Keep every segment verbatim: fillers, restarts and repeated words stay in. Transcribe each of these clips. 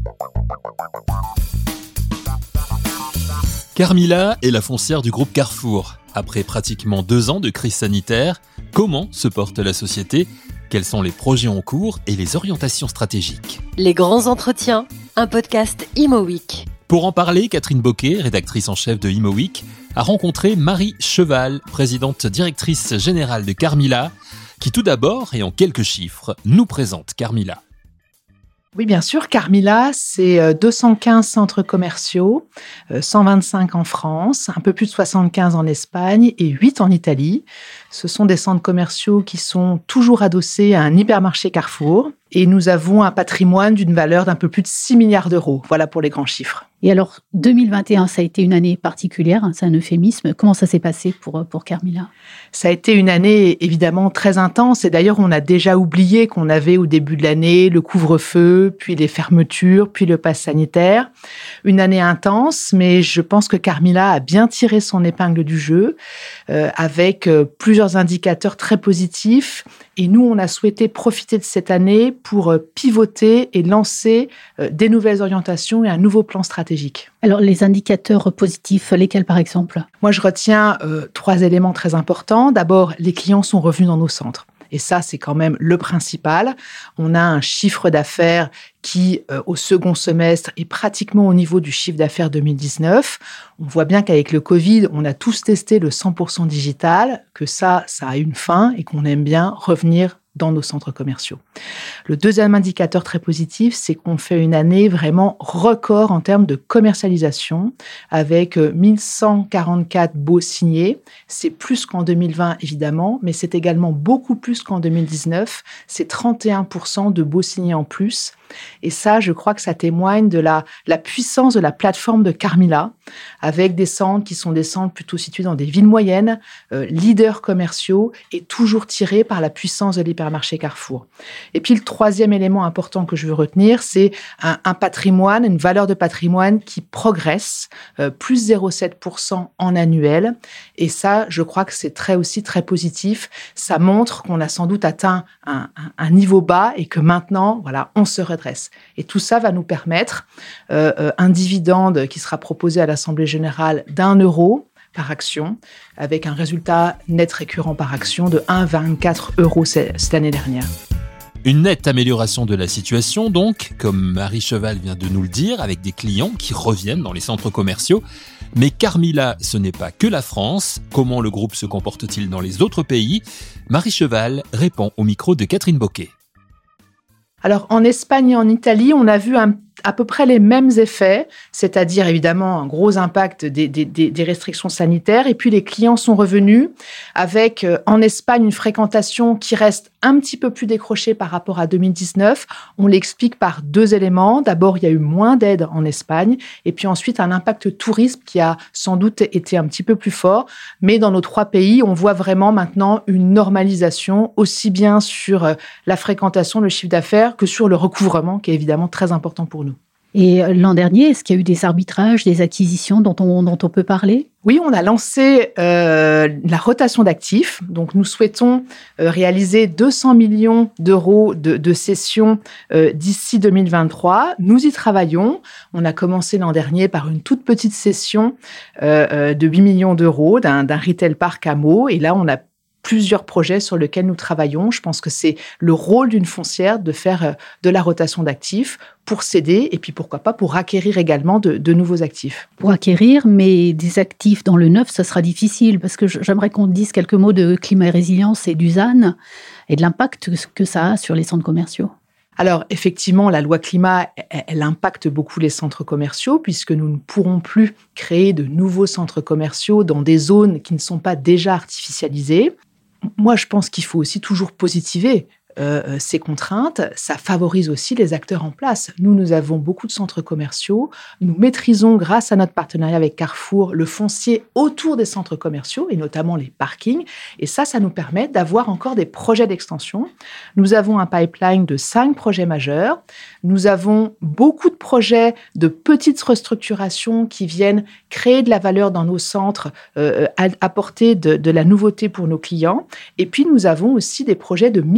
Carmila est la foncière du groupe Carrefour. Après pratiquement deux ans de crise sanitaire, comment se porte la société ? Quels sont les projets en cours et les orientations stratégiques ? Les grands entretiens, un podcast Imo Week. Pour en parler, Catherine Bocquet, rédactrice en chef de Imo Week, a rencontré Marie Cheval, présidente directrice générale de Carmila, qui tout d'abord, et en quelques chiffres, nous présente Carmila. Oui, bien sûr. Carmila, c'est deux cent quinze centres commerciaux, cent vingt-cinq en France, un peu plus de soixante-quinze en Espagne et huit en Italie. Ce sont des centres commerciaux qui sont toujours adossés à un hypermarché Carrefour. Et nous avons un patrimoine d'une valeur d'un peu plus de six milliards d'euros. Voilà pour les grands chiffres. Et alors, deux mille vingt et un, ça a été une année particulière, hein, c'est un euphémisme. Comment ça s'est passé pour, pour Carmila ? Ça a été une année évidemment très intense. Et d'ailleurs, on a déjà oublié qu'on avait au début de l'année le couvre-feu, puis les fermetures, puis le pass sanitaire. Une année intense, mais je pense que Carmila a bien tiré son épingle du jeu euh, avec euh, plusieurs indicateurs très positifs. Et nous, on a souhaité profiter de cette année pour pivoter et lancer des nouvelles orientations et un nouveau plan stratégique. Alors, les indicateurs positifs, lesquels par exemple ? Moi, je retiens euh, trois éléments très importants. D'abord, les clients sont revenus dans nos centres. Et ça, c'est quand même le principal. On a un chiffre d'affaires qui, euh, au second semestre, est pratiquement au niveau du chiffre d'affaires deux mille dix-neuf. On voit bien qu'avec le Covid, on a tous testé le cent pour cent digital, que ça, ça a une fin et qu'on aime bien revenir dans nos centres commerciaux. Le deuxième indicateur très positif, c'est qu'on fait une année vraiment record en termes de commercialisation avec mille cent quarante-quatre baux signés. C'est plus qu'en deux mille vingt, évidemment, mais c'est également beaucoup plus qu'en deux mille dix-neuf. C'est trente et un pour cent de baux signés en plus. Et ça, je crois que ça témoigne de la, la puissance de la plateforme de Carmila, avec des centres qui sont des centres plutôt situés dans des villes moyennes, euh, leaders commerciaux et toujours tirés par la puissance de l'hypermarché Carrefour. Et puis, le troisième élément important que je veux retenir, c'est un, un patrimoine, une valeur de patrimoine qui progresse, euh, plus zéro virgule sept pour cent en annuel. Et ça, je crois que c'est très aussi très positif. Ça montre qu'on a sans doute atteint un, un, un niveau bas et que maintenant, voilà, on se redresse. Et tout ça va nous permettre euh, euh, un dividende qui sera proposé à l'Assemblée générale d'un euro par action, avec un résultat net récurrent par action de un virgule vingt-quatre euros cette année dernière. Une nette amélioration de la situation, donc, comme Marie Cheval vient de nous le dire, avec des clients qui reviennent dans les centres commerciaux. Mais Carmila, ce n'est pas que la France. Comment le groupe se comporte-t-il dans les autres pays ? Marie Cheval répond au micro de Catherine Bocquet. Alors, en Espagne et en Italie, on a vu un, à peu près les mêmes effets, c'est-à-dire évidemment un gros impact des, des, des restrictions sanitaires. Et puis, les clients sont revenus avec, euh, en Espagne, une fréquentation qui reste un petit peu plus décrochée par rapport à deux mille dix-neuf. On l'explique par deux éléments. D'abord, il y a eu moins d'aide en Espagne. Et puis ensuite, un impact tourisme qui a sans doute été un petit peu plus fort. Mais dans nos trois pays, on voit vraiment maintenant une normalisation, aussi bien sur euh, la fréquentation, le chiffre d'affaires, que sur le recouvrement, qui est évidemment très important pour nous. Et l'an dernier, est-ce qu'il y a eu des arbitrages, des acquisitions dont on, dont on peut parler ? Oui, on a lancé euh, la rotation d'actifs. Donc, nous souhaitons euh, réaliser deux cents millions d'euros de, de cessions euh, d'ici deux mille vingt-trois. Nous y travaillons. On a commencé l'an dernier par une toute petite cession euh, euh, de huit millions d'euros d'un, d'un retail park à Meaux. Et là, on a plusieurs projets sur lesquels nous travaillons. Je pense que c'est le rôle d'une foncière de faire de la rotation d'actifs pour céder et puis pourquoi pas pour acquérir également de, de nouveaux actifs. Pour acquérir, mais des actifs dans le neuf, ça sera difficile parce que j'aimerais qu'on dise quelques mots de climat et résilience et du Z A N et de l'impact que ça a sur les centres commerciaux. Alors, effectivement, la loi climat, elle impacte beaucoup les centres commerciaux puisque nous ne pourrons plus créer de nouveaux centres commerciaux dans des zones qui ne sont pas déjà artificialisées. Moi, je pense qu'il faut aussi toujours positiver euh, ces contraintes. Ça favorise aussi les acteurs en place. Nous, nous avons beaucoup de centres commerciaux. Nous maîtrisons, grâce à notre partenariat avec Carrefour, le foncier autour des centres commerciaux et notamment les parkings. Et ça, ça nous permet d'avoir encore des projets d'extension. Nous avons un pipeline de cinq projets majeurs. Nous avons beaucoup de projets de petites restructurations qui viennent créer de la valeur dans nos centres, euh, apporter de, de la nouveauté pour nos clients. Et puis, nous avons aussi des projets de mixité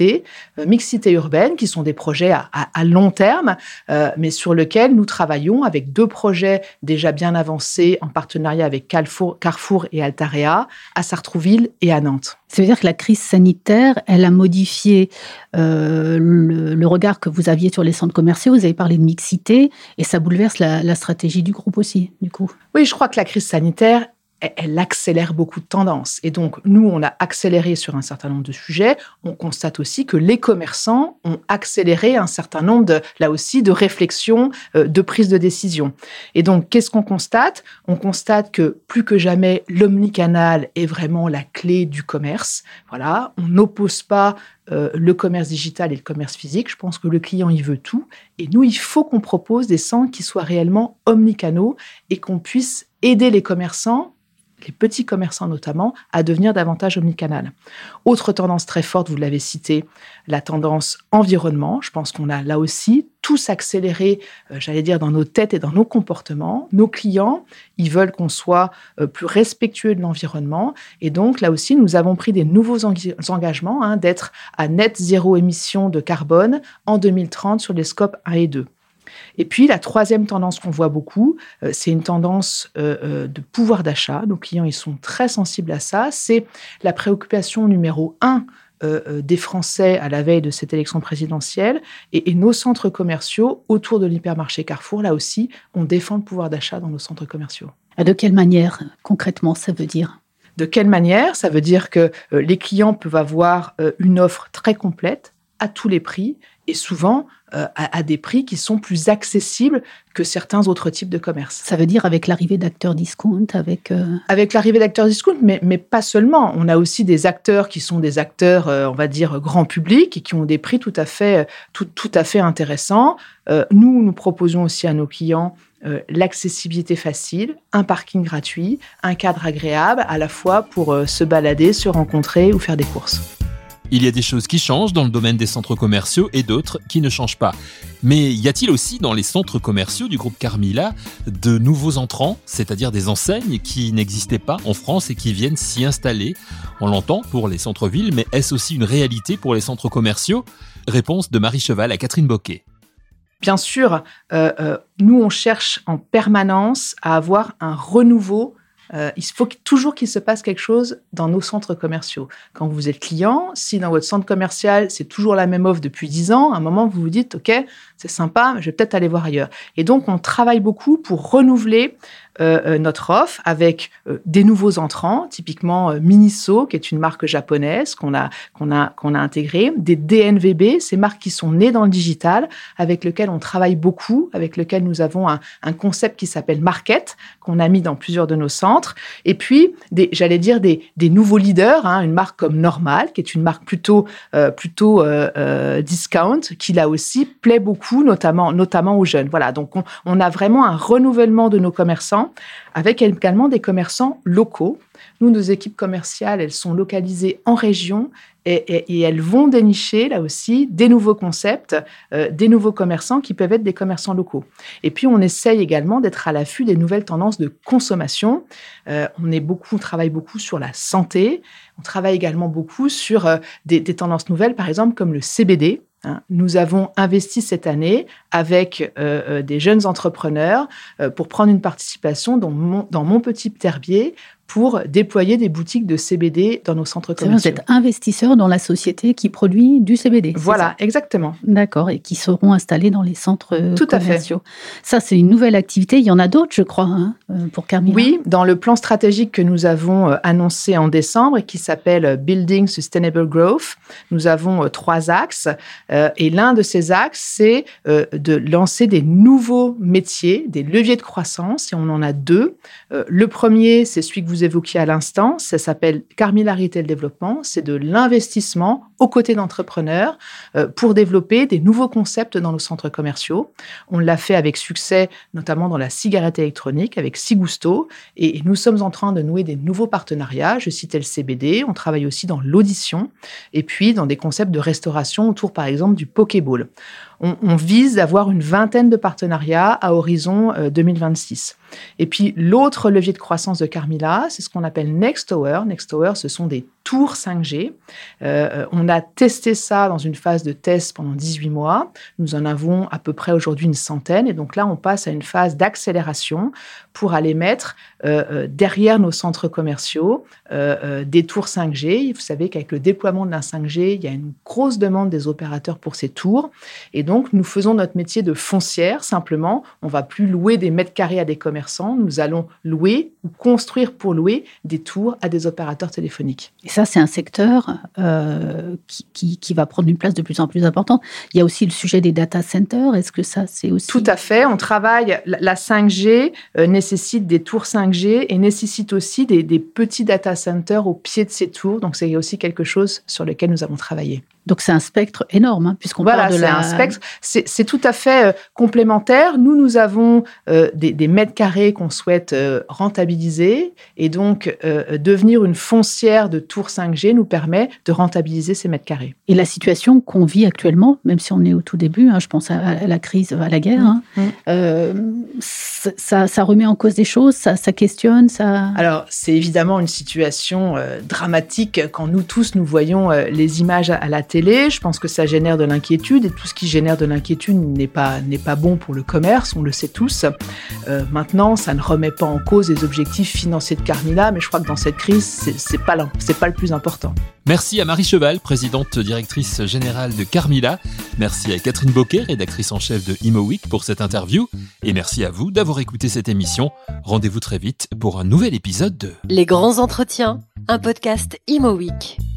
mixité, euh, mixité urbaine, qui sont des projets à, à, à long terme, euh, mais sur lesquels nous travaillons avec deux projets déjà bien avancés en partenariat avec Carrefour, Carrefour et Altarea, à Sartrouville et à Nantes. Ça veut dire que la crise sanitaire, elle a modifié euh, le, le regard que vous aviez sur les centres commerciaux. Vous avez parlé de mixité et ça bouleverse la, la stratégie du groupe aussi, du coup. Oui, je crois que la crise sanitaire, elle accélère beaucoup de tendances. Et donc, nous, on a accéléré sur un certain nombre de sujets. On constate aussi que les commerçants ont accéléré un certain nombre, de, là aussi, de réflexions, euh, de prise de décision. Et donc, qu'est-ce qu'on constate ? On constate que plus que jamais, l'omnicanal est vraiment la clé du commerce. Voilà, on n'oppose pas euh, le commerce digital et le commerce physique. Je pense que le client, il veut tout. Et nous, il faut qu'on propose des centres qui soient réellement omnicanaux et qu'on puisse aider les commerçants, les petits commerçants notamment, à devenir davantage omnicanal. Autre tendance très forte, vous l'avez cité, la tendance environnement. Je pense qu'on a là aussi tous accéléré, euh, j'allais dire, dans nos têtes et dans nos comportements. Nos clients, ils veulent qu'on soit euh, plus respectueux de l'environnement. Et donc, là aussi, nous avons pris des nouveaux en- engagements hein, d'être à net zéro émission de carbone en deux mille trente sur les scopes un et deux. Et puis, la troisième tendance qu'on voit beaucoup, euh, c'est une tendance euh, euh, de pouvoir d'achat. Nos clients, ils sont très sensibles à ça. C'est la préoccupation numéro un euh, euh, des Français à la veille de cette élection présidentielle. Et, et nos centres commerciaux, autour de l'hypermarché Carrefour, là aussi, on défend le pouvoir d'achat dans nos centres commerciaux. De quelle manière, concrètement, ça veut dire ? De quelle manière ? Ça veut dire que euh, les clients peuvent avoir euh, une offre très complète, à tous les prix, et souvent euh, à, à des prix qui sont plus accessibles que certains autres types de commerce. Ça veut dire avec l'arrivée d'acteurs discount, avec... Euh... Avec l'arrivée d'acteurs discount, mais, mais pas seulement. On a aussi des acteurs qui sont des acteurs, euh, on va dire, grand public, et qui ont des prix tout à fait, tout, tout à fait intéressants. Euh, nous, nous proposons aussi à nos clients euh, l'accessibilité facile, un parking gratuit, un cadre agréable, à la fois pour euh, se balader, se rencontrer ou faire des courses. Il y a des choses qui changent dans le domaine des centres commerciaux et d'autres qui ne changent pas. Mais y a-t-il aussi dans les centres commerciaux du groupe Carmila de nouveaux entrants, c'est-à-dire des enseignes qui n'existaient pas en France et qui viennent s'y installer ? On l'entend pour les centres-villes, mais est-ce aussi une réalité pour les centres commerciaux ? Réponse de Marie Cheval à Catherine Boquet. Bien sûr, euh, euh, nous, on cherche en permanence à avoir un renouveau. Euh, il faut toujours qu'il se passe quelque chose dans nos centres commerciaux. Quand vous êtes client, si dans votre centre commercial, c'est toujours la même offre depuis dix ans, à un moment, vous vous dites « Ok, c'est sympa, mais je vais peut-être aller voir ailleurs ». Et donc, on travaille beaucoup pour renouveler euh, notre offre avec euh, des nouveaux entrants, typiquement euh, Miniso, qui est une marque japonaise qu'on a, qu'on a, qu'on a intégrée, des D N V B, ces marques qui sont nées dans le digital, avec lesquelles on travaille beaucoup, avec lesquelles nous avons un, un concept qui s'appelle Market, qu'on a mis dans plusieurs de nos centres. Et puis, des, j'allais dire, des, des nouveaux leaders, hein, une marque comme Normal, qui est une marque plutôt, euh, plutôt euh, euh, discount, qui là aussi plaît beaucoup, notamment, notamment aux jeunes. Voilà, donc on, on a vraiment un renouvellement de nos commerçants, avec également des commerçants locaux. Nous, nos équipes commerciales, elles sont localisées en région et, et, et elles vont dénicher, là aussi, des nouveaux concepts, euh, des nouveaux commerçants qui peuvent être des commerçants locaux. Et puis, on essaye également d'être à l'affût des nouvelles tendances de consommation. Euh, on, est beaucoup, on travaille beaucoup sur la santé. On travaille également beaucoup sur euh, des, des tendances nouvelles, par exemple, comme le C B D. Nous avons investi cette année avec euh, des jeunes entrepreneurs euh, pour prendre une participation dans mon, dans mon petit herbier pour déployer des boutiques de C B D dans nos centres commerciaux. Vous êtes investisseur dans la société qui produit du C B D. Voilà, exactement. D'accord, et qui seront installés dans les centres Tout commerciaux. À fait. Ça, c'est une nouvelle activité. Il y en a d'autres, je crois, hein, pour Carmila. Oui, dans le plan stratégique que nous avons annoncé en décembre et qui s'appelle Building Sustainable Growth, nous avons trois axes. Et l'un de ces axes, c'est de lancer des nouveaux métiers, des leviers de croissance, et on en a deux. Le premier, c'est celui que vous évoquiez à l'instant, ça s'appelle Carmila Retail Développement, c'est de l'investissement aux côtés d'entrepreneurs euh, pour développer des nouveaux concepts dans nos centres commerciaux. On l'a fait avec succès, notamment dans la cigarette électronique, avec Sigusto, et, et nous sommes en train de nouer des nouveaux partenariats. Je citais le C B D, on travaille aussi dans l'audition, et puis dans des concepts de restauration autour, par exemple, du Pokéball. On, on vise d'avoir une vingtaine de partenariats à horizon euh, deux mille vingt-six. Et puis, l'autre levier de croissance de Carmila, c'est ce qu'on appelle Next Tower. Next Tower, ce sont des tours cinq G. Euh, on a testé ça dans une phase de test pendant dix-huit mois. Nous en avons à peu près aujourd'hui une centaine. Et donc là, on passe à une phase d'accélération pour aller mettre euh, derrière nos centres commerciaux euh, euh, des tours cinq G. Vous savez qu'avec le déploiement de la cinq G, il y a une grosse demande des opérateurs pour ces tours. Et donc, nous faisons notre métier de foncière. Simplement, on ne va plus louer des mètres carrés à des commerçants. Nous allons louer ou construire pour louer des tours à des opérateurs téléphoniques. Et ça, c'est un secteur euh, qui, qui, qui va prendre une place de plus en plus importante. Il y a aussi le sujet des data centers. Est-ce que ça, c'est aussi... Tout à fait. On travaille... La cinq G euh, nécessite des tours cinq G et nécessite aussi des, des petits data centers au pied de ces tours. Donc, c'est aussi quelque chose sur lequel nous avons travaillé. Donc, c'est un spectre énorme, hein, puisqu'on voilà, parle de c'est la... un spectre. C'est, c'est tout à fait euh, complémentaire. Nous, nous avons euh, des, des mètres carrés qu'on souhaite euh, rentabiliser. Et donc, euh, devenir une foncière de tours cinq G nous permet de rentabiliser ces mètres carrés. Et la situation qu'on vit actuellement, même si on est au tout début, hein, je pense à, à la crise, à la guerre, hein, mmh. euh, ça, ça remet en cause des choses, ça, ça questionne, ça... Alors, c'est évidemment une situation euh, dramatique quand nous tous, nous voyons euh, les images à, à la télé. Je pense que ça génère de l'inquiétude et tout ce qui génère de l'inquiétude n'est pas, n'est pas bon pour le commerce, on le sait tous. Euh, maintenant, ça ne remet pas en cause les objectifs financiers de Carmila, mais je crois que dans cette crise, c'est, c'est pas, c'est pas le plus important. Merci à Marie Cheval, présidente directrice générale de Carmila. Merci à Catherine Bocquet, rédactrice en chef de Imo Week pour cette interview. Et merci à vous d'avoir écouté cette émission. Rendez-vous très vite pour un nouvel épisode de Les grands entretiens, un podcast Imo Week.